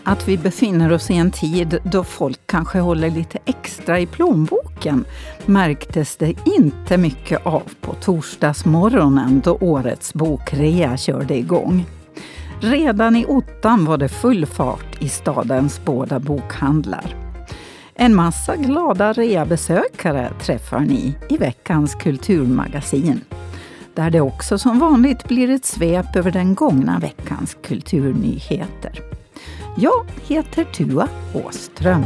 Att vi befinner oss i en tid då folk kanske håller lite extra i plånboken märktes det inte mycket av på torsdagsmorgonen då årets bokrea körde igång. Redan i ottan var det full fart i stadens båda bokhandlar. En massa glada reabesökare träffar ni i veckans kulturmagasin. Där det också som vanligt blir ett svep över den gångna veckans kulturnyheter. Jag heter Tua Åström.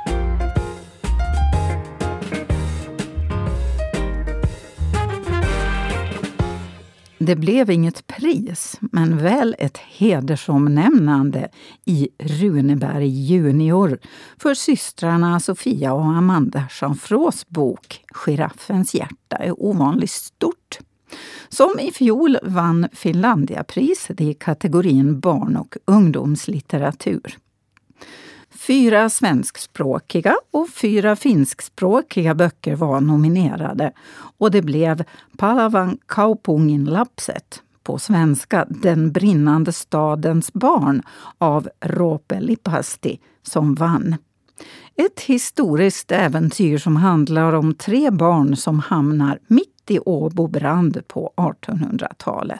Det blev inget pris, men väl ett hedersomnämnande i Runeberg junior för systrarna Sofia och Amanda Jeanfros bok Giraffens hjärta är ovanligt stort. Som i fjol vann Finlandiapriset i kategorin barn- och ungdomslitteratur. 4 svenskspråkiga och 4 finskspråkiga böcker var nominerade och det blev Palavan kaupungin lapset, på svenska Den brinnande stadens barn av Roope Lipasti, som vann. Ett historiskt äventyr som handlar om 3 barn som hamnar mitt i Åbobrand på 1800-talet.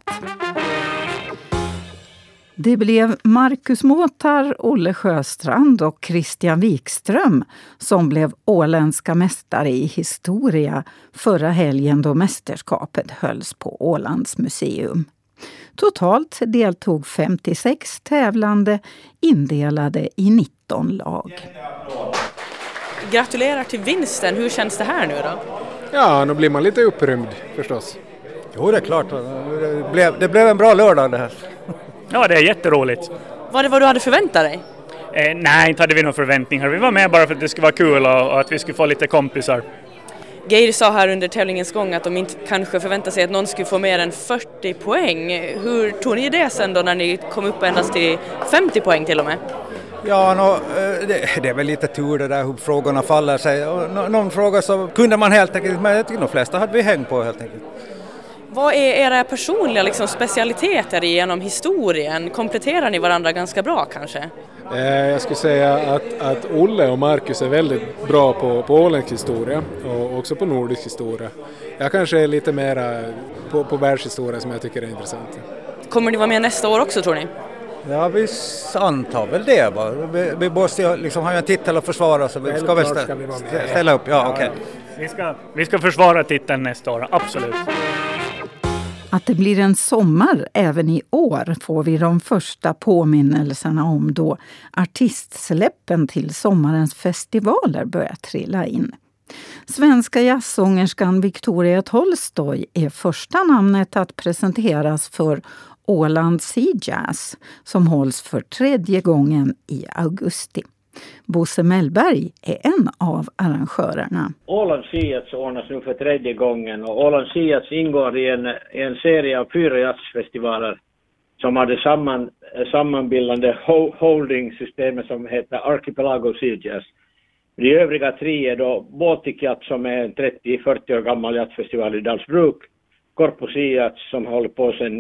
Det blev Marcus Mårtar, Olle Sjöstrand och Christian Wikström som blev åländska mästare i historia förra helgen då mästerskapet hölls på Ålands museum. Totalt deltog 56 tävlande indelade i 19 lag. Gratulerar till vinsten. Hur känns det här nu då? Ja, nu blir man lite upprymd förstås. Jo, det är klart. Det blev en bra lördag det här. Ja, det är jätteroligt. Var det vad du hade förväntat dig? Nej, inte hade vi några förväntningar. Vi var med bara för att det skulle vara kul och att vi skulle få lite kompisar. Geir sa här under tävlingens gång att de inte kanske förväntar sig att någon skulle få mer än 40 poäng. Hur tog ni det sen då när ni kom upp endast till 50 poäng till och med? Ja, det är väl lite tur det där hur frågorna faller sig. Någon fråga så kunde man helt enkelt, men jag tycker de flesta hade vi hängt på helt enkelt. Vad är era personliga specialiteter genom historien? Kompletterar ni varandra ganska bra kanske? Jag skulle säga att Olle och Marcus är väldigt bra på åländsk historia och också på nordisk historia. Jag kanske är lite mera på världshistoria som jag tycker är intressant. Kommer ni vara med nästa år också tror ni? Ja, vi antar väl det. Va? Vi måste liksom ha en titel att försvara så vi ska väl ställa upp. Ja, okej. Vi ska försvara titeln nästa år, absolut. Att det blir en sommar även i år får vi de första påminnelserna om då artistsläppen till sommarens festivaler börjar trilla in. Svenska jazzsångerskan Victoria Tolstoy är första namnet att presenteras för Åland Sea Jazz som hålls för 3:e gången i augusti. Bosse Mellberg är en av arrangörerna. Åland Sea Jazz ordnas nu för 3:e gången och Åland Sea Jazz ingår i en serie av 4 jazzfestivaler som har det sammanbildande holding-systemet som heter Archipelago Sea Jazz. De övriga 3 är då Baltic Jazz som är en 30-40 år gammal jazzfestival i Dalsbruk, Korpo Sea Jazz som håller på sedan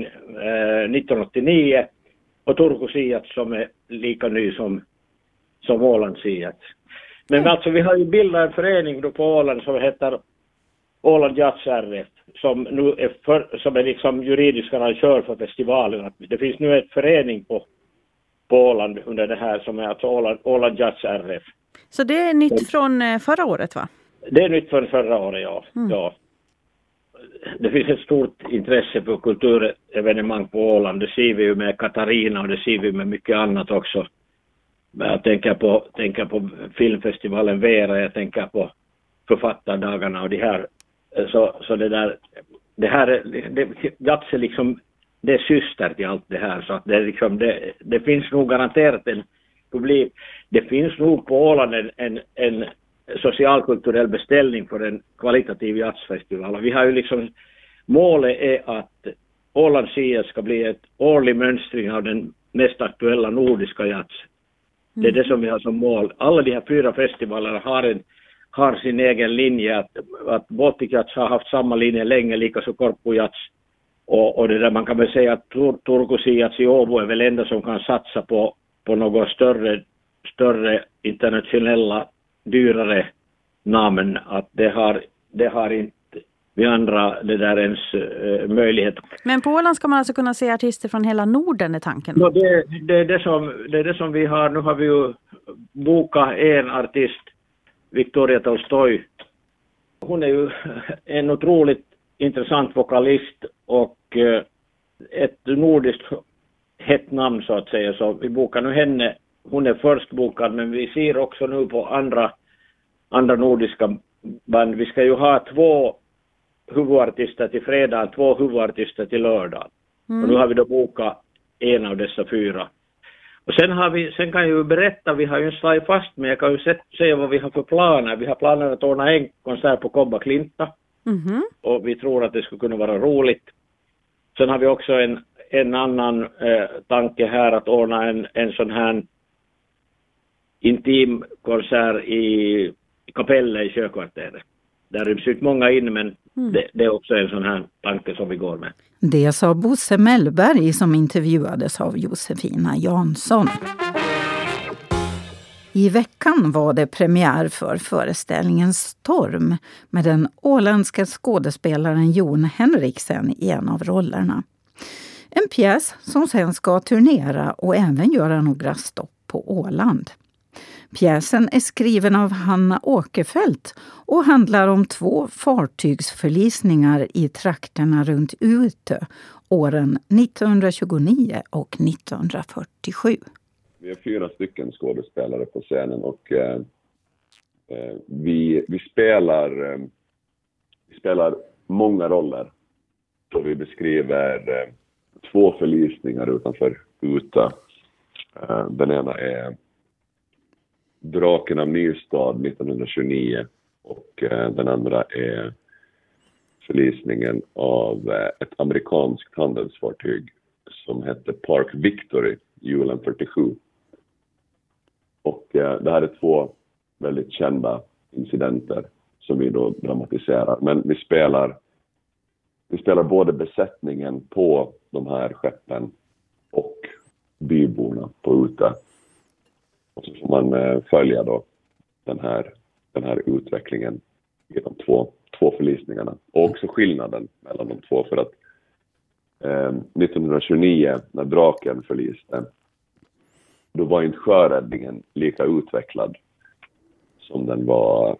1989 och Turku Sea Jazz som är lika ny som Åland Sea Jazz. Men alltså vi har ju bildat en förening då på Åland som heter Åland Jazz RF som nu som är liksom juridisk arrangör för festivalen. Det finns nu en förening på Åland under det här som är alltså Åland Jazz RF. Så det är nytt från förra året va? Det är nytt från förra året, ja. Ja. Det finns ett stort intresse för kulturevenemang på Åland. Det ser vi ju med Katarina och det ser vi med mycket annat också. Jag tänker på filmfestivalen Vera, jag tänker på författardagarna och det här. Så det här jazz är liksom, det är syster till allt det här. Så att det är liksom, det finns nog garanterat en publik. Det finns nog på Åland en socialkulturell beställning för en kvalitativ jazzfestival. Och vi har ju liksom, målet är att Åland Sea ska bli ett årlig mönstring av den mest aktuella nordiska jazz. Det är det som vi har som mål. Alla de här 4 festivalerna har sin egen linje. Att Baltic Jazz har haft samma linje länge, likaså Korpo Jazz. Och det där man kan väl säga att Turku Sea Jazz i Åbo är väl enda som kan satsa på något större större internationella dyrare namn, att det har inte vi andra det där ens möjlighet. Men på Åland ska man alltså kunna se artister från hela Norden, är tanken? Ja, det är det som vi har. Nu har vi ju bokat en artist, Victoria Tolstoj. Hon är ju en otroligt intressant vokalist och ett nordiskt hett namn så att säga. Så vi bokar nu henne. Hon är först bokad, men vi ser också nu på andra nordiska band. Vi ska ju ha 2 huvudartister till fredag, 2 huvudartister till lördag. Och nu har vi då bokat en av dessa 4. Och sen kan jag ju berätta, vi har ju en slide fast, men jag kan ju säga vad vi har för planer. Vi har planer att ordna en konsert på Kobba Klinta. Och vi tror att det skulle kunna vara roligt. Sen har vi också en annan tanke här att ordna en sån här intim konsert i kapellet i Sjökvarteret. Där ryms ut många in, men det är också en sån här tanke som vi går med. Det sa Bosse Mellberg som intervjuades av Josefina Jansson. I veckan var det premiär för föreställningen Storm med den åländska skådespelaren Jon Henriksen i en av rollerna. En pjäs som sen ska turnera och även göra några stopp på Åland. Pjäsen är skriven av Hanna Åkerfeldt och handlar om 2 fartygsförlisningar i trakterna runt Utö åren 1929 och 1947. Vi är 4 stycken skådespelare på scenen och vi spelar många roller. Så vi beskriver 2 förlisningar utanför Utö. Den ena är Draken av Nystad 1929 och den andra är förlisningen av ett amerikanskt handelsfartyg som hette Park Victory, julen 47. Och det här är 2 väldigt kända incidenter som vi då dramatiserar. Men vi spelar både besättningen på de här skeppen och byborna på Utö. Och så får man följa då den här utvecklingen i de två förlisningarna. Och också skillnaden mellan de 2, för att 1929 när Draken förliste, då var inte sjöräddningen lika utvecklad som den var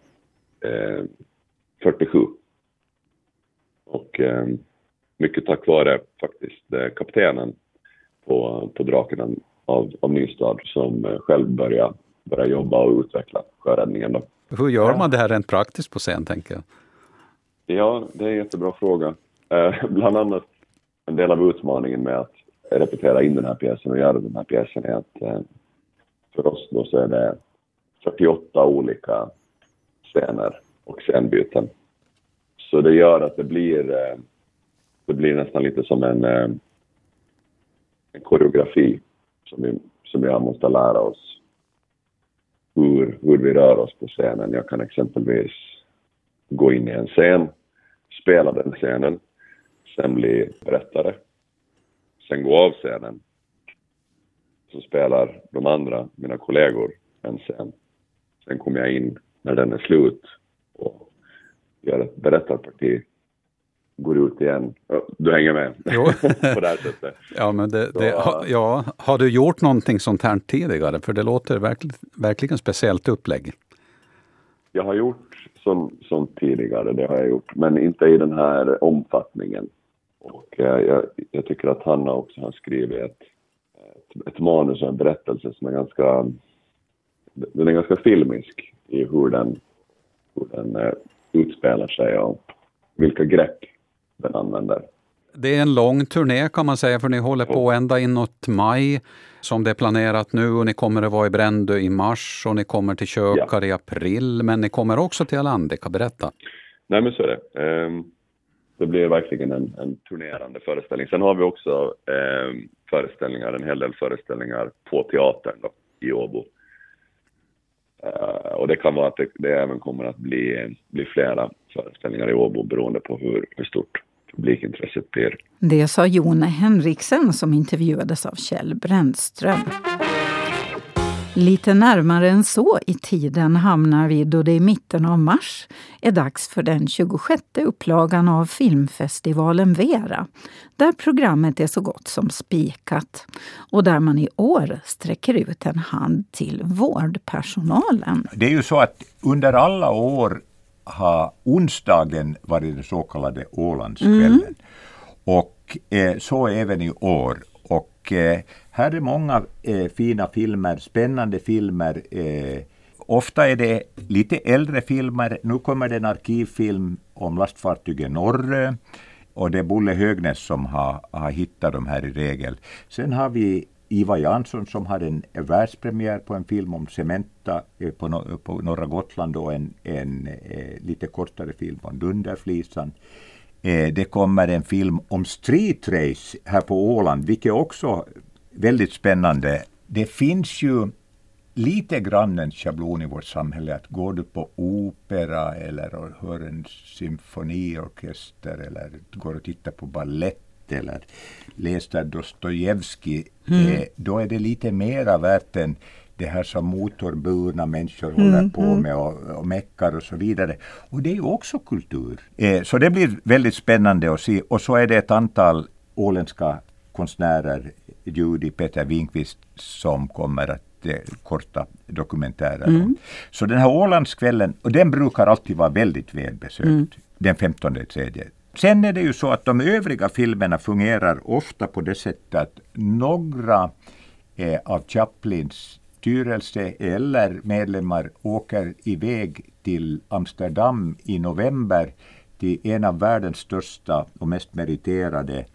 47. Och mycket tack vare faktiskt kaptenen på Draken av Nystad som själv börjar jobba och utveckla sjöräddningen då. Hur gör man det här rent praktiskt på scen, tänker jag? Ja, det är en jättebra fråga. Bland annat en del av utmaningen med att repetera in den här pjäsen och göra den här pjäsen är att för oss då så är det 48 olika scener och scenbyten. Så det gör att det blir nästan lite som en koreografi som vi måste lära oss hur vi rör oss på scenen. Jag kan exempelvis gå in i en scen, spela den scenen, sen bli berättare, sen gå av scenen, så spelar de andra, mina kollegor, en scen. Sen kommer jag in när den är slut och gör ett berättarparti, går ut igen. Du hänger med på det här sättet. Ja, men har du gjort någonting sånt här tidigare? För det låter verkligen speciellt upplägg. Jag har gjort som tidigare, det har jag gjort. Men inte i den här omfattningen. Och jag tycker att Hanna också har skrivit ett manus och en berättelse som är ganska filmisk i hur den utspelar sig och vilka grepp den använder. Det är en lång turné kan man säga, för ni håller på ända inåt maj som det är planerat nu, och ni kommer att vara i Brändö i mars och ni kommer till Kökar i april, men ni kommer också till Alandika. Berätta. Nej, men så är det. Det blir verkligen en turnerande föreställning. Sen har vi också en hel del föreställningar på teatern då, i Åbo. Och det kan vara att det även kommer att bli flera föreställningar i Åbo beroende på hur stort publikintresset blir. Det sa Jon Henriksen som intervjuades av Kjell Brändström. Lite närmare än så i tiden hamnar vi då det i mitten av mars är dags för den 26:e upplagan av filmfestivalen Vera, där programmet är så gott som spikat och där man i år sträcker ut en hand till vårdpersonalen. Det är ju så att under alla år har onsdagen varit den så kallade Ålandskvällen. Och så även i år. Och här är många fina filmer, spännande filmer. Ofta är det lite äldre filmer. Nu kommer det en arkivfilm om lastfartyget Norrö. Och det är Bolle Högnäs som har hittat de här i regel. Sen har vi Ivar Jansson som har en världspremiär på en film om Cementa på norra Gotland och en lite kortare film om Dunderflisan. Det kommer en film om street race här på Åland, vilket är också väldigt spännande. Det finns ju lite grann en schablon i vårt samhälle att går du på opera eller hör en symfoniorkester eller går och tittar på ballett eller läser Dostojevskij, då är det lite mera värt än det här som motorburna människor håller på med och meckar och så vidare. Och det är ju också kultur. Så det blir väldigt spännande att se. Och så är det ett antal åländska konstnärer, Judy Peter Winkvist, som kommer att korta dokumentärer. Så den här Ålandskvällen, och den brukar alltid vara väldigt välbesökt, den 15/3. Sen är det ju så att de övriga filmerna fungerar ofta på det sättet att några av Chaplins styrelse eller medlemmar åker iväg till Amsterdam i november till en av världens största och mest meriterade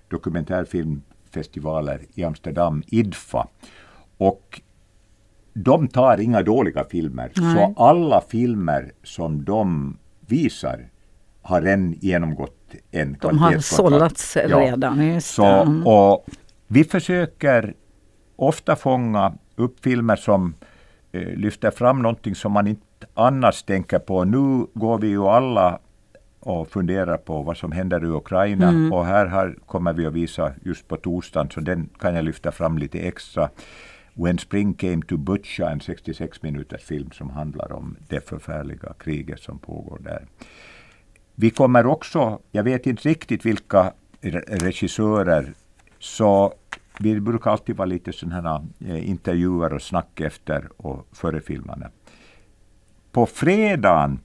dokumentärfilmfestivaler i Amsterdam, IDFA. Och de tar inga dåliga filmer. Nej. Så alla filmer som de visar har redan genomgått en kvalitetskontroll. De har sållats redan. Just så, och vi försöker ofta fånga upp filmer som lyfter fram någonting som man inte annars tänker på. Nu går vi ju alla och funderar på vad som händer i Ukraina. Och här kommer vi att visa just på torsdagen, så den kan jag lyfta fram lite extra. When Spring Came to Butcha, en 66 minuters film som handlar om det förfärliga kriget som pågår där. Vi kommer också, jag vet inte riktigt vilka regissörer, så vi brukar alltid vara lite sådana här intervjuer och snack efter och före filmerna. På fredagen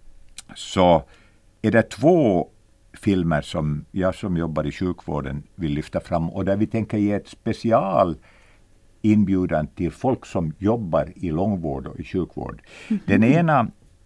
så är det 2 filmer som jag som jobbar i sjukvården vill lyfta fram, och där vi tänker ge ett special inbjudan till folk som jobbar i långvård och i sjukvård. Den ena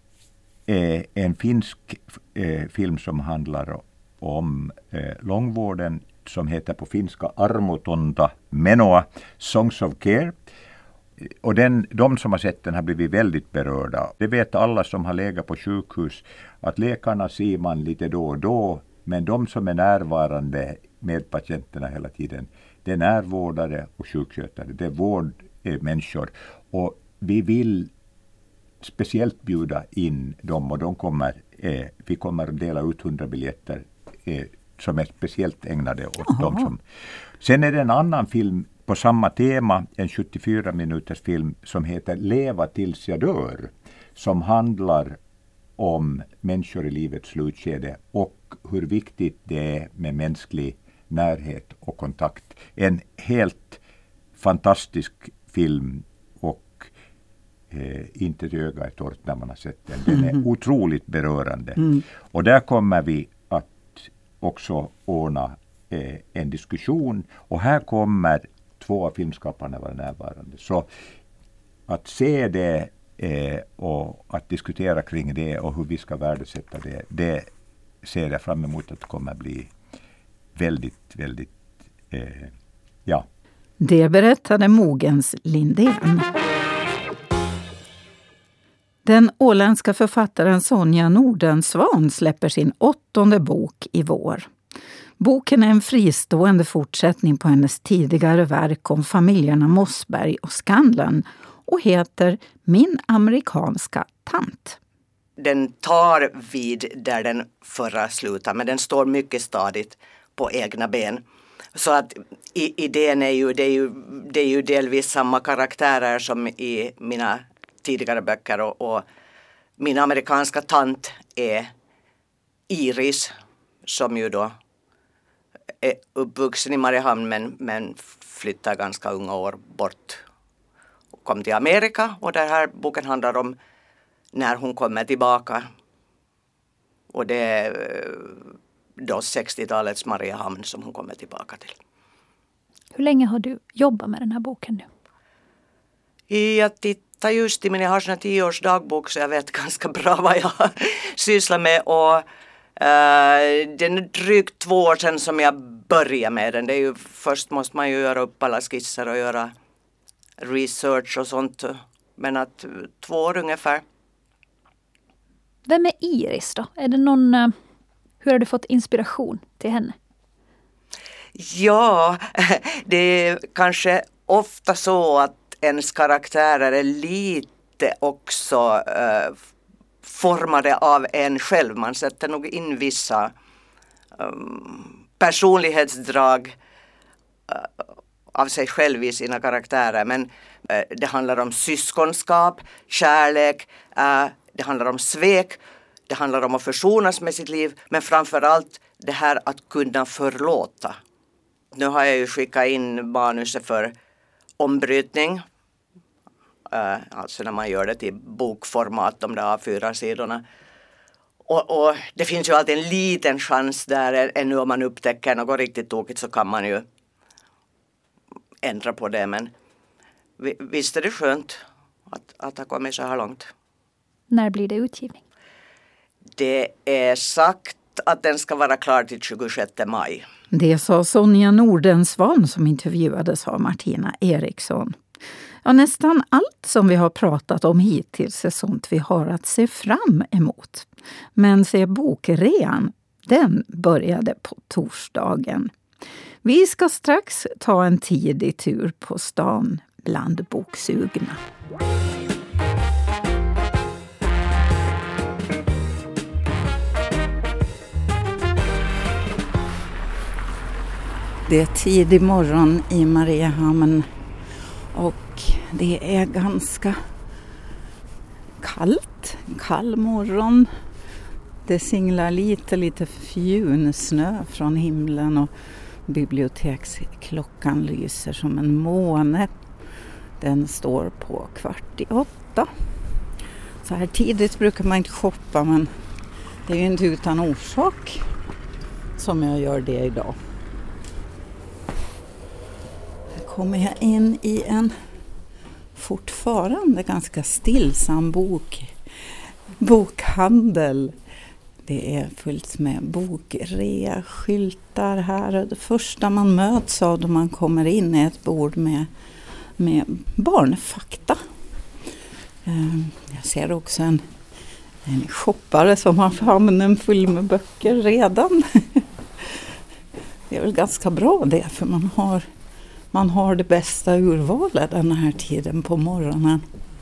är en finsk film som handlar om långvården, som heter på finska Armotonta Menoa, Songs of Care. Och de som har sett den har blivit väldigt berörda. Det vet alla som har legat på sjukhus, att läkarna ser man lite då och då, men de som är närvarande med patienterna hela tiden, det är närvårdare och sjukskötare, det är vårdmänniskor. Och vi vill speciellt bjuda in dem, och vi kommer att dela ut 100 biljetter som är speciellt ägnade åt dem. Som. Sen är det en annan film på samma tema, en 74 minuters film som heter Leva tills jag dör, som handlar om människor i livets slutskede och hur viktigt det är med mänsklig närhet och kontakt. En helt fantastisk film, och inte ett öga är torrt när man har sett den. Den är otroligt berörande. Och där kommer vi att också ordna en diskussion, och här kommer 2 av filmskaparna vara närvarande. Så att se det och att diskutera kring det och hur vi ska värdesätta det ser jag fram emot att det kommer bli väldigt, väldigt, ja. Det berättade Mogens Lindén. Den åländska författaren Sonja Nordensvan släpper sin 8:e bok i vår. Boken är en fristående fortsättning på hennes tidigare verk om familjerna Mossberg och Scanlon och heter Min amerikanska tant. Den tar vid där den förra slutar, men den står mycket stadigt på egna ben. Så att idén är ju, det är ju delvis samma karaktärer som i mina tidigare böcker och min amerikanska tant är Iris som ju då är uppvuxen i Mariehamn men flyttar ganska unga år bort och kom till Amerika, och den här boken handlar om när hon kommer tillbaka, och det är då 60-talets Mariehamn som hon kommer tillbaka till. Hur länge har du jobbat med den här boken nu? Jag tittar just i min, jag har sån här 10-års dagbok så jag vet ganska bra vad jag sysslar med, och det är drygt 2 år sedan som jag började med den. Det är ju, först måste man ju göra upp alla skisser och göra research och sånt, men att 2 år ungefär. Vem är Iris då? Är det någon, hur har du fått inspiration till henne? Ja, det är kanske ofta så att ens karaktärer är lite också formade av en själv. Man sätter nog in vissa personlighetsdrag av sig själv i sina karaktärer. Men det handlar om syskonskap, kärlek, det handlar om svek, det handlar om att försonas med sitt liv, men framförallt det här att kunna förlåta. Nu har jag ju skickat in manuset för ombrytning. Alltså när man gör det till bokformat, de där A4-sidorna. Och det finns ju alltid en liten chans där, ännu om man upptäcker något riktigt tokigt så kan man ju ändra på det. Men visst är det skönt att ha kommit så här långt. När blir det utgivning? Det är sagt att den ska vara klar till 26 maj. Det sa Sonja Nordensvan som intervjuades av Martina Eriksson. Ja, nästan allt som vi har pratat om hittills är sånt vi har att se fram emot. Men se bokrean, den började på torsdagen. Vi ska strax ta en tidig tur på stan bland boksugna. Det är tidig morgon i Mariehamn och det är ganska kallt, kall morgon. Det singlar lite fjunsnö från himlen och biblioteksklockan lyser som en måne. Den står på 7:15. Så här tidigt brukar man inte shoppa, men det är ju inte utan orsak som jag gör det idag. Kommer jag in i en fortfarande ganska stillsam bokhandel. Det är fullt med bokrea-skyltar här. Det första man möts av då man kommer in är ett bord med barnfakta. Jag ser också en shoppare som har famnen full med böcker redan. Det är väl ganska bra det, för man har det bästa urvalet den här tiden på morgonen.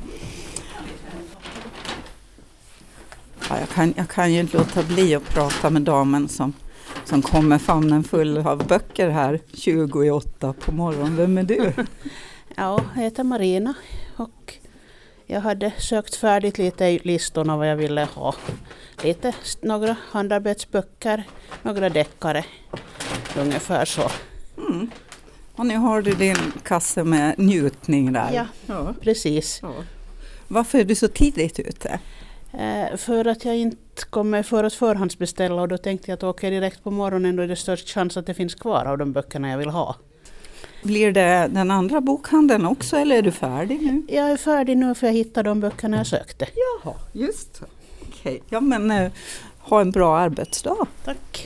Ja, jag kan ju inte låta bli att prata med damen som kommer famnen full av böcker här 20:08 på morgonen. Vem är du? Ja, jag heter Marina och jag hade sökt färdigt lite i listorna vad jag ville ha. Några handarbetsböcker, några deckare, ungefär så. Mm. Och nu har du din kasse med njutning där. Ja. Precis. Ja. Varför är du så tidigt ute? För att jag inte kommer för att förhandsbeställa, och då tänkte jag att åka direkt på morgonen, då är det störst chans att det finns kvar av de böckerna jag vill ha. Blir det den andra bokhandeln också, eller är du färdig nu? Jag är färdig nu för jag hittade de böckerna jag sökte. Jaha, just så. Okej. Ja, men ha en bra arbetsdag. Tack.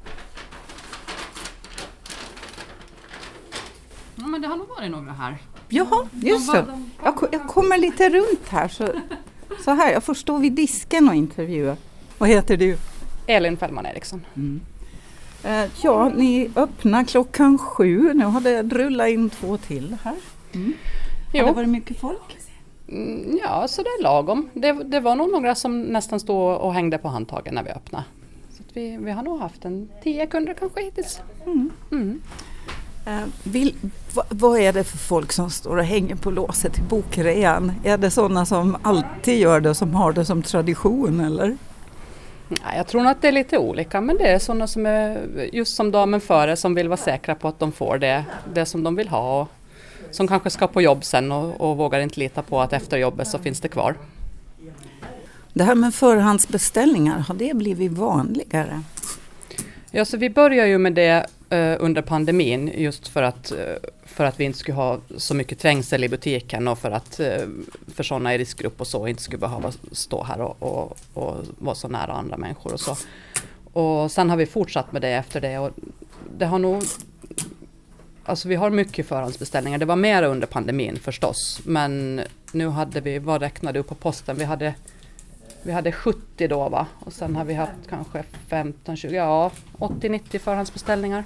Ja, men det har nog varit några här. Jaha, just så. Jag kommer lite runt här. Så här, jag får stå vid disken och intervjua. Vad heter du? Elin Fällman Eriksson. Mm. Ja, ni öppnar 7:00. Nu har det rullat in 2 till här. Mm. Har det varit mycket folk? Ja, så det är lagom. Det var nog några som nästan stod och hängde på handtagen när vi öppnade. Så att vi har nog haft 10 kunder kanske hittills. Mm. Mm. Vad är det för folk som står och hänger på låset i bokrean? Är det sådana som alltid gör det, som har det som tradition eller? Ja, jag tror nog att det är lite olika, men det är sådana som är just som damen före som vill vara säkra på att de får det som de vill ha. Och som kanske ska på jobb sen och vågar inte lita på att efter jobbet så finns det kvar. Det här med förhandsbeställningar, har det blivit vanligare? Ja, så vi börjar ju med det under pandemin just för att vi inte skulle ha så mycket trängsel i butiken och för sådana i riskgrupp och så inte skulle behöva stå här och vara så nära andra människor och så. Och sen har vi fortsatt med det efter det och det har nog, alltså vi har mycket förhandsbeställningar. Det var mer under pandemin förstås, men nu vad räknade upp på posten? Vi hade 70 då va? Och sen har vi haft kanske 15-20, 80-90 förhandsbeställningar.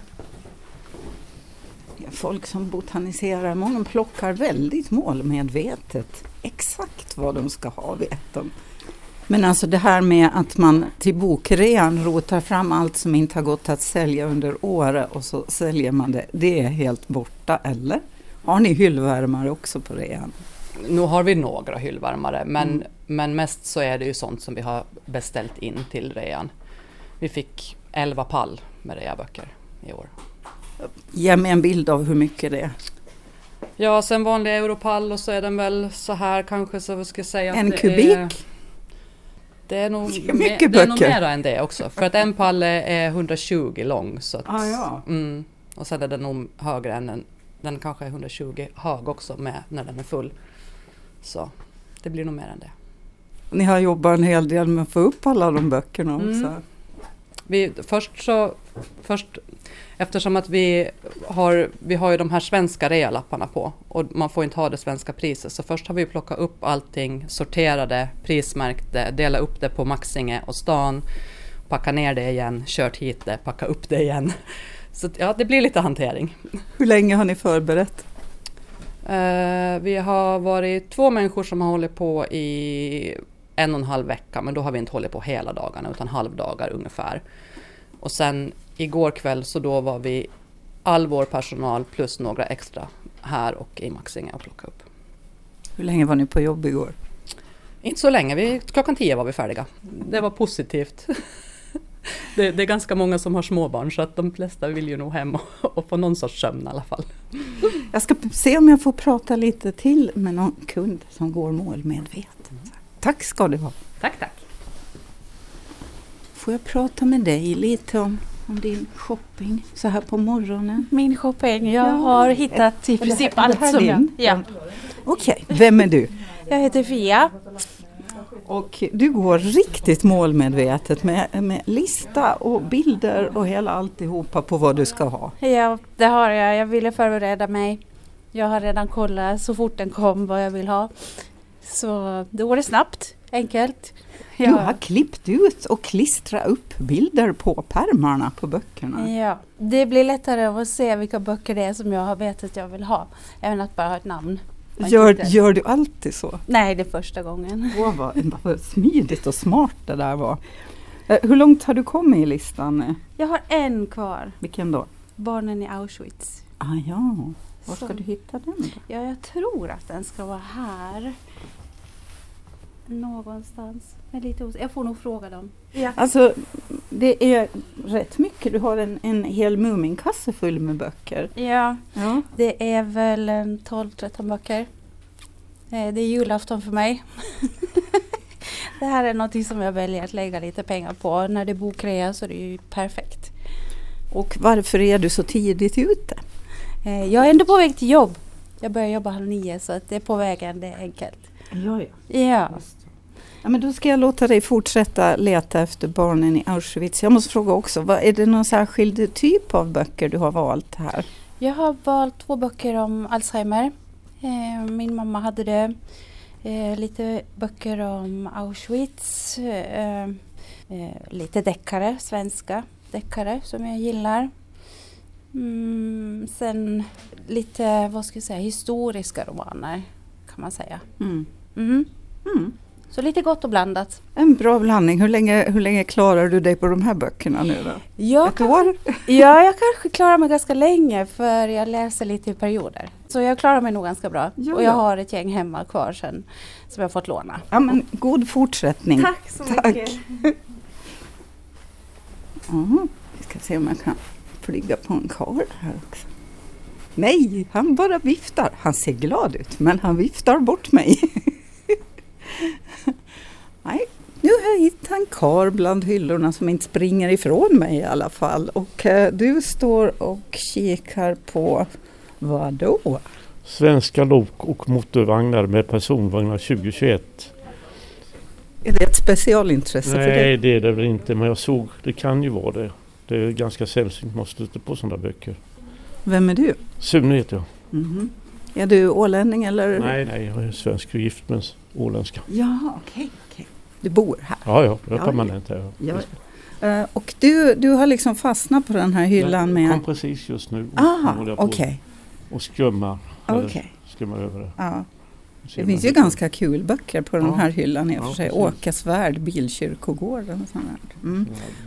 Folk som botaniserar, många plockar väldigt målmedvetet. Exakt vad de ska ha, vet de. Men alltså det här med att man till bokrean rotar fram allt som inte har gått att sälja under året och så säljer man det är helt borta, eller? Har ni hyllvärmare också på rean? Nu har vi några hyllvärmare, men mest så är det ju sånt som vi har beställt in till rean. Vi fick 11 pall med reaböcker i år. Ge mig en bild av hur mycket det är. Ja, sen vanlig europall och så är den väl så här kanske, så vi ska säga en kubik? Det är nog mycket det är nog mer än det också. För att en pall är 120 lång. Så att, och sen är den nog högre än den kanske är 120 hög också med när den är full. Så det blir nog mer än det. Ni har jobbat en hel del med att få upp alla de böckerna också. Först eftersom att vi har ju de här svenska realapparna på och man får inte ha det svenska priset, så först har vi plockat upp allting, sorterade, prismärkte, delat upp det på Maxinge och stan, packa ner det igen, kört hit det, packa upp det igen. Så ja, det blir lite hantering. Hur länge har ni förberett? Vi har varit 2 människor som har hållit på i 1,5 vecka, men då har vi inte hållit på hela dagarna utan halvdagar ungefär. Och sen igår kväll så då var vi all vår personal plus några extra här och i Maxinge och plocka upp. Hur länge var ni på jobb igår? Inte så länge, klockan 10 var vi färdiga. Det var positivt. Det är ganska många som har småbarn så att de flesta vill ju nog hem och få någon sorts sömn i alla fall. Jag ska se om jag får prata lite till med någon kund som går målmedveten. Tack ska du ha. Tack. Får jag prata med dig lite om din shopping så här på morgonen? Min shopping, jag har hittat i princip allt som jag... Ja. Okej, vem är du? Jag heter Fia. Och du går riktigt målmedvetet med lista och bilder och hela alltihopa på vad du ska ha. Ja, det har jag. Jag ville förbereda mig. Jag har redan kollat så fort den kom vad jag vill ha. Så då går det snabbt, enkelt. Ja. Du har klippt ut och klistrat upp bilder på pärmarna på böckerna. Ja, det blir lättare att se vilka böcker det är som jag vet att jag vill ha. Även att bara ha ett namn. Gör du alltid så? Nej, det är första gången. Vad smidigt och smart det där var. Hur långt har du kommit i listan? Jag har en kvar. Vilken då? Barnen i Auschwitz. Ja. Var ska du hitta den då? Ja, jag tror att den ska vara här. Någonstans. Jag får nog fråga dem. Ja. Alltså, det är rätt mycket. Du har en hel Muminkasse full med böcker. Ja, det är väl 12-13 böcker. Det är julafton för mig. Det här är något som jag väljer att lägga lite pengar på. När det är bokrea så är det ju perfekt. Och varför är du så tidigt ute? Jag är ändå på väg till jobb. Jag börjar jobba 8:30 så att det är på vägen, det är enkelt. Ja. Ja, men då ska jag låta dig fortsätta leta efter barnen i Auschwitz. Jag måste fråga också, är det någon särskild typ av böcker du har valt här? Jag har valt 2 böcker om Alzheimer. Min mamma hade det. Lite böcker om Auschwitz. Lite deckare, svenska deckare som jag gillar. Sen lite, historiska romaner kan man säga. Så lite gott och blandat. En bra blandning. Hur länge klarar du dig på de här böckerna nu då? Ett år? Ja, jag kanske klarar mig ganska länge för jag läser lite i perioder. Så jag klarar mig nog ganska bra. Ja, och jag har ett gäng hemma kvar sen som jag har fått låna. Ja, men god fortsättning. Tack så mycket. Vi ska se om jag kan flyga på en karl här också. Nej, han bara viftar. Han ser glad ut, men han viftar bort mig. Nej, nu har jag hittat en karl bland hyllorna som inte springer ifrån mig i alla fall. Och du står och kikar på vad då? Svenska lok och motorvagnar med personvagnar 2021. Är det ett specialintresse för dig? Nej, det är det väl inte, men jag såg, det kan ju vara det. Det är ganska sällsynt man stöter på sådana böcker. Vem är du? Sune heter jag. Mm-hmm. Är du ålänning eller? Nej, jag är svensk och gift med åländska. Ja, okej. Du bor här? Ja, jag är permanent här. Ja. Och du har liksom fastnat på den här hyllan med... Jag kom precis just nu. Okej. Och skummar. Okej. Skummar över det. Ja. Det finns ju ganska kul böcker på den här hyllan i och för sig. Åkas värld, Bilkyrkogården och sånt där. Mm.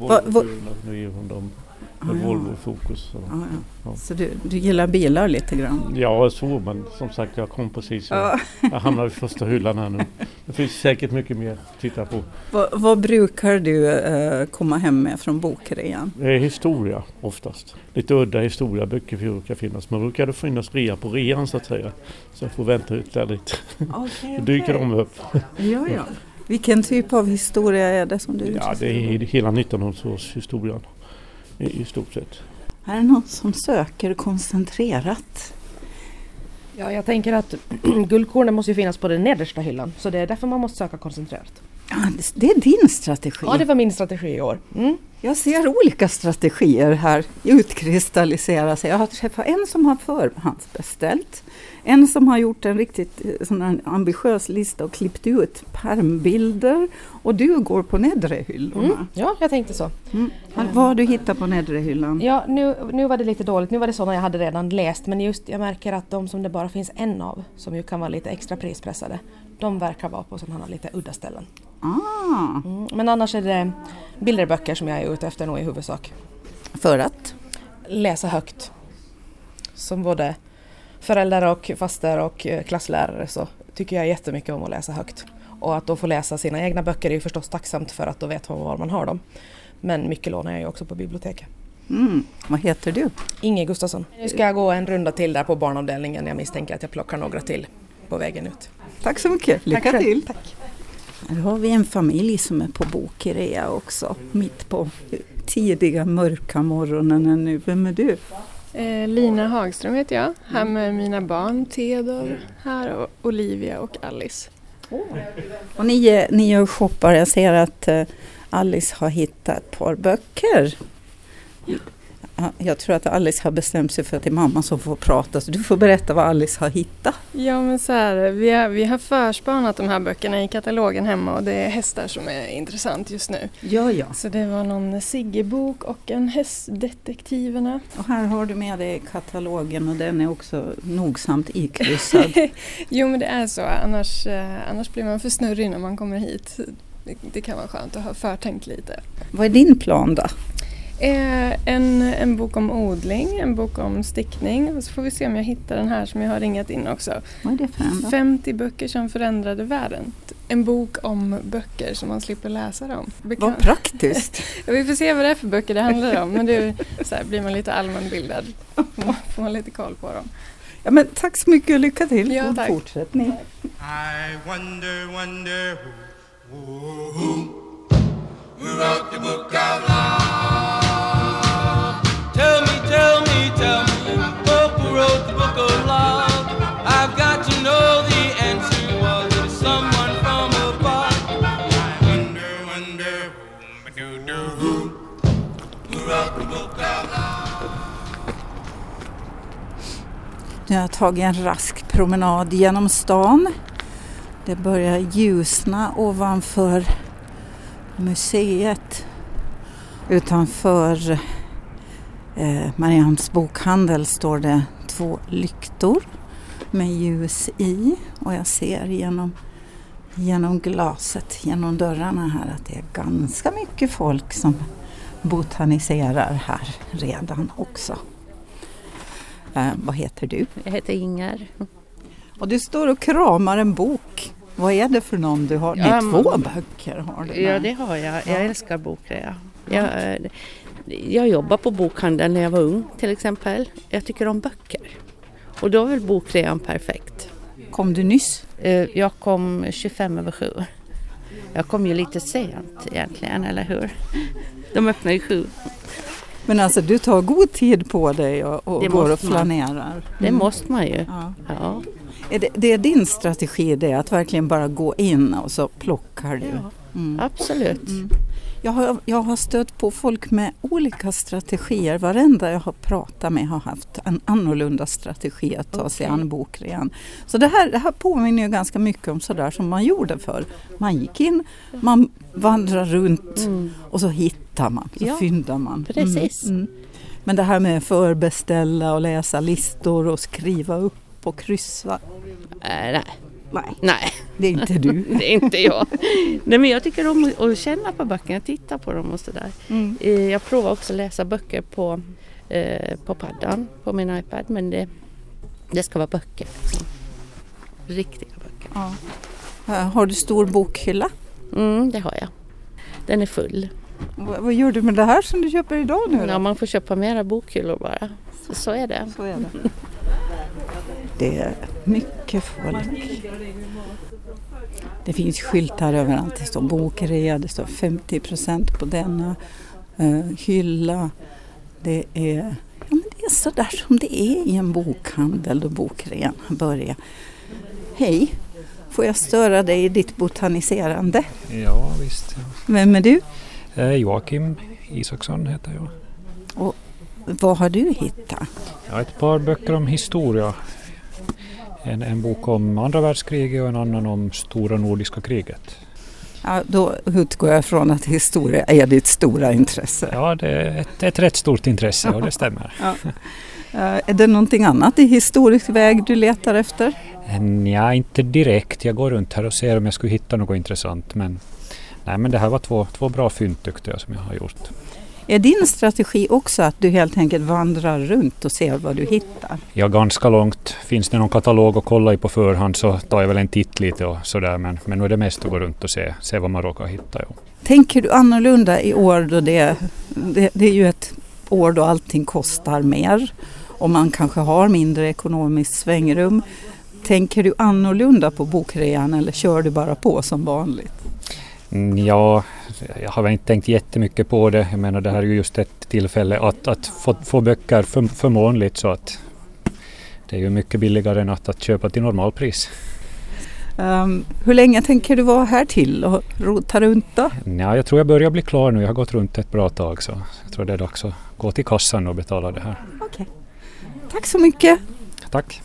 Volvo Fokus. Så du gillar bilar lite grann? Ja, så, men som sagt jag kom precis. Jag hamnar i första hyllan här nu. Det finns säkert mycket mer att titta på. Vad brukar du komma hem med från bokrean? Det är historia oftast. Lite udda historieböcker brukar finnas. Men brukar det finnas rea på rean så att säga. Så jag får vänta ut där lite. Okay. Dyker de upp. Ja. Vilken typ av historia är det som du är intresserad av? Det är hela 1900-talshistorien. I stort sett. Är det någon som söker koncentrerat? Ja, jag tänker att guldkornen måste ju finnas på den nedersta hyllan. Så det är därför man måste söka koncentrerat. Ja, det är din strategi. Ja, det var min strategi i år. Mm. Jag ser olika strategier här utkristallisera sig. Jag har träffat en som har förhandsbeställt. En som har gjort en riktigt sån här ambitiös lista och klippt ut pärmbilder. Och du går på nedre hyllorna. Ja, jag tänkte så. Vad har du hittat på nedre hyllan? Ja, nu var det lite dåligt. Nu var det sådana jag hade redan läst. Men just jag märker att de som det bara finns en av, som ju kan vara lite extra prispressade, de verkar vara på sådana lite udda ställen. Men annars är det bilderböcker som jag är ute efter nog i huvudsak. För att? Läsa högt. Som både föräldrar och faster och klasslärare så tycker jag jättemycket om att läsa högt. Och att då få läsa sina egna böcker är ju förstås tacksamt för att då vet man var man har dem. Men mycket lånar jag ju också på biblioteket. Vad heter du? Inge Gustafsson. Nu ska jag gå en runda till där på barnavdelningen. Jag misstänker att jag plockar några till på vägen ut. Tack så mycket. Lycka Tack till. Tack. Här har vi en familj som är på bokrea också. Mitt på tidiga mörka morgonen nu. Vem är du? Lina Hagström heter jag. Här med mina barn Theodor här och Olivia och Alice. Och ni är och shoppar. Jag ser att Alice har hittat ett par böcker. Jag tror att Alice har bestämt sig för att det är mamma som får prata. Så du får berätta vad Alice har hittat. Ja, men så här, vi har förspanat de här böckerna i katalogen hemma och det är hästar som är intressant just nu. Ja. Så det var någon Sigge-bok och en Hästdetektiverna. Och här har du med dig katalogen och den är också nogsamt ikryssad. Jo, men det är så. Annars blir man för snurrig när man kommer hit. Det kan vara skönt att ha förtänkt lite. Vad är din plan då? En bok om odling, en bok om stickning och så får vi se om jag hittar den här som jag har ringat in också. Vad är det för en då? 50 böcker som förändrade världen. En bok om böcker som man slipper läsa dem. Vad praktiskt! Ja, vi får se vad det är för böcker det handlar om, men det så här, blir man lite allmänbildad. Får man lite koll på dem. Ja, men tack så mycket och lycka till. Ja, god tack. Fortsättning. I wonder who wrote the book of love? Tell me, who wrote the book of love? I've got to know the answer. Was it someone from above? I wonder who wrote the book of love? Jag har tagit en rask promenad genom stan. Det börjar ljusna ovanför museet. Utanför Mariams bokhandel står det 2 lyktor med ljus i. Och jag ser genom genom glaset, genom dörrarna här, att det är ganska mycket folk som botaniserar här redan också. Vad heter du? Jag heter Inger. Och du står och kramar en bok. Vad är det för någon du har? Det är 2 böcker har du. Ja, det har jag. Jag älskar bokrea. Jag jobbar på bokhandeln när jag var ung till exempel. Jag tycker om böcker. Och då är väl bokrean perfekt. Kom du nyss? Jag kom 25:07. Jag kom ju lite sent egentligen, eller hur? De öppnar ju 7. Men alltså du tar god tid på dig och går och flanerar. Det måste man ju. Ja. Det är din strategi det, att verkligen bara gå in och så plockar du? Ja, absolut. Jag har stött på folk med olika strategier. Varenda jag har pratat med har haft en annorlunda strategi att ta sig an bokrean. Så det här påminner ju ganska mycket om sådär som man gjorde förr. Man gick in, man vandrade runt och så hittar man, så fyndar man. Precis. Men det här med förbeställa och läsa listor och skriva upp och kryssa. Nej. Det är inte du. Det är inte jag. Nej, men jag tycker om att känna på böckerna, titta på dem och sådär. Jag provar också att läsa böcker på paddan, på min iPad, men det ska vara böcker. Liksom. Riktiga böcker. Ja. Har du stor bokhylla? Det har jag. Den är full. Vad gör du med det här som du köper idag nu? Ja, man får köpa mera bokhyllor bara. Så är det. Så är det. Det är mycket folk. Det finns skyltar överallt. Det står bokrea, det står 50% på denna hylla. Det är så där som det är i en bokhandel då bokrean börjar. Hej, får jag störa dig i ditt botaniserande? Ja, visst. Ja. Vem är du? Joakim Isaksson heter jag. Och vad har du hittat? Ja, ett par böcker om historia. En bok om andra världskriget och en annan om stora nordiska kriget. Ja, då utgår jag från att historia är ditt stora intresse. Ja, det är ett rätt stort intresse och det stämmer. Ja. Är det någonting annat i historisk väg du letar efter? Ja, inte direkt. Jag går runt här och ser om jag skulle hitta något intressant. Men det här var två bra fynd tyckte jag som jag har gjort. Är din strategi också att du helt enkelt vandrar runt och ser vad du hittar? Ja, ganska långt. Finns det någon katalog att kolla i på förhand så tar jag väl en titt lite och sådär. Men nu är det mest att gå runt och se vad man råkar hitta. Ja. Tänker du annorlunda i år då det är ju ett år då allting kostar mer och man kanske har mindre ekonomiskt svängrum. Tänker du annorlunda på bokrean eller kör du bara på som vanligt? Ja, jag har väl inte tänkt jättemycket på det. Jag menar det här är ju just ett tillfälle att få böcker förmånligt så att det är ju mycket billigare än att köpa till normalpris. Hur länge tänker du vara här till och rota runt då? Ja, jag tror jag börjar bli klar nu. Jag har gått runt ett bra tag så jag tror det är dags att gå till kassan och betala det här. Okej. Tack så mycket. Tack.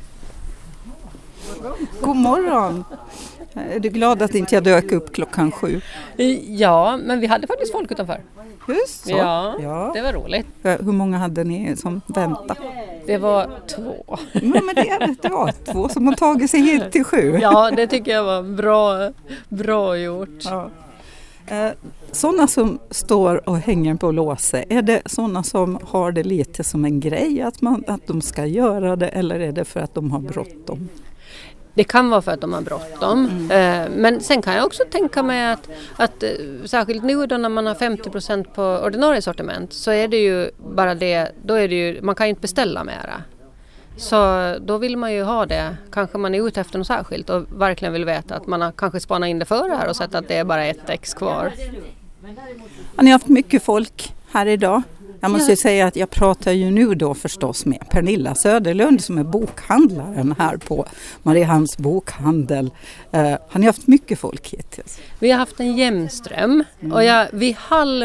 God morgon. Är du glad att inte jag dök upp 7:00? Ja, men vi hade faktiskt folk utanför. Just så. Ja, det var roligt. Hur många hade ni som väntade? Det var 2. Men det var 2 som har tagit sig hit till 7. Ja, det tycker jag var bra gjort. Ja. Sådana som står och hänger på låse, är det sådana som har det lite som en grej att de ska göra det eller är det för att de har bråttom? Det kan vara för att de har bråttom. Men sen kan jag också tänka mig att särskilt nu då när man har 50% på ordinarie sortiment så är det ju bara det, då är det ju, man kan ju inte beställa mera. Så då vill man ju ha det, kanske man är ute efter något särskilt och verkligen vill veta att man har kanske spanat in det för det här och sett att det är bara ett ex kvar. Har ni haft mycket folk här idag? Jag måste ju säga att jag pratar ju nu då förstås med Pernilla Söderlund som är bokhandlaren här på Mariehamns bokhandel. Har ni haft mycket folk hittills? Vi har haft en jämnström och vid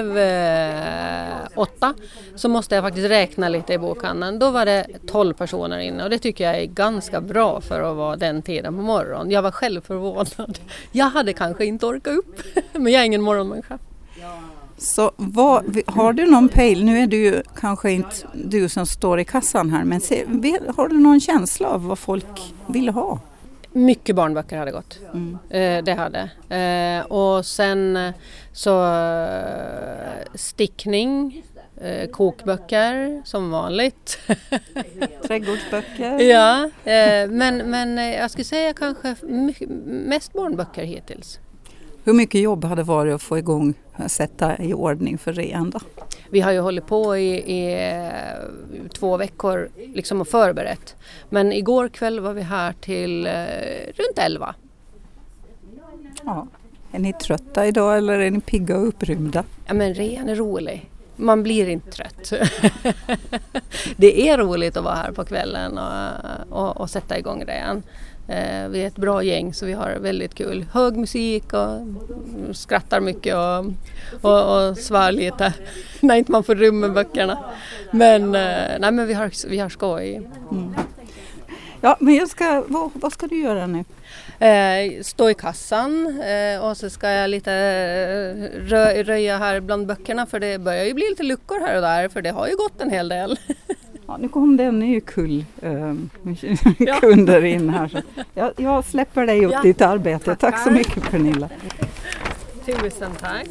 7:30 så måste jag faktiskt räkna lite i bokhandeln. Då var det 12 personer inne och det tycker jag är ganska bra för att vara den tiden på morgonen. Jag var själv förvånad. Jag hade kanske inte orkat upp, men jag är ingen morgonmänniska. Så har du någon pejl? Nu är det ju kanske inte du som står i kassan här, men har du någon känsla av vad folk vill ha? Mycket barnböcker hade gått. Det hade. Och sen så stickning, kokböcker som vanligt. Trädgårdsböcker. Ja, men jag skulle säga kanske mest barnböcker hittills. Hur mycket jobb hade varit att få igång, sätta i ordning för rean då? Vi har ju hållit på i 2 veckor liksom och förberett. Men igår kväll var vi här till runt 11. Ja. Är ni trötta idag eller är ni pigga och upprymda? Ja, men rean är rolig. Man blir inte trött. Det är roligt att vara här på kvällen och sätta igång rean. Vi är ett bra gäng så vi har väldigt kul. Hög musik och skrattar mycket och svär lite när inte man får rum med böckerna. Men vi har skoj. Ja, men vad ska du göra nu? Stå i kassan och så ska jag lite röja här bland böckerna för det börjar ju bli lite luckor här och där för det har ju gått en hel del. Ja, nu kom det en ny kull kunder in här. Så jag släpper dig upp ditt arbete. Tack så mycket Pernilla. Tusen tack.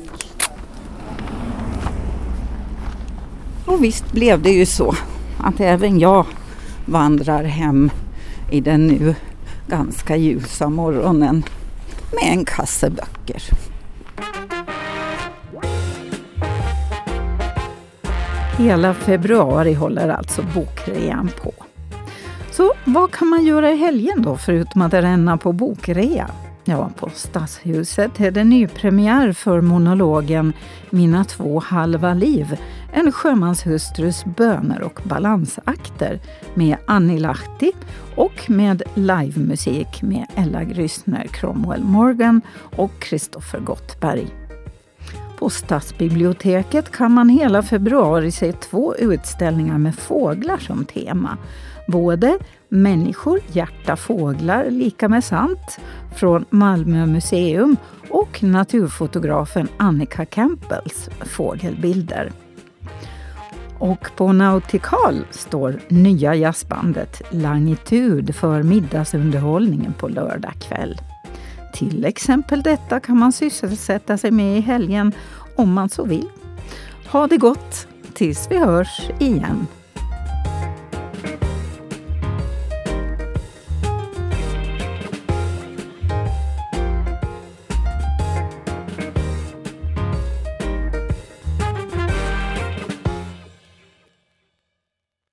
Och visst blev det ju så att även jag vandrar hem i den nu ganska ljusa morgonen med en kasse böcker. Hela februari håller alltså bokrean på. Så vad kan man göra i helgen då förutom att ränna på bokrea? Ja, på Stadshuset är det nypremiär för monologen Mina 2 halva liv. En sjömanshustrus böner och balansakter med Annie Lahti och med livemusik med Ella Grysner, Cromwell Morgan och Kristoffer Gottberg. På Stadsbiblioteket kan man hela februari se 2 utställningar med fåglar som tema. Både Människor, hjärta, fåglar, lika med sant från Malmö museum och naturfotografen Annika Campbells fågelbilder. Och på Nautikal står nya jazzbandet Langitud för middagsunderhållningen på lördag kväll. Till exempel detta kan man sysselsätta sig med i helgen om man så vill. Ha det gott tills vi hörs igen.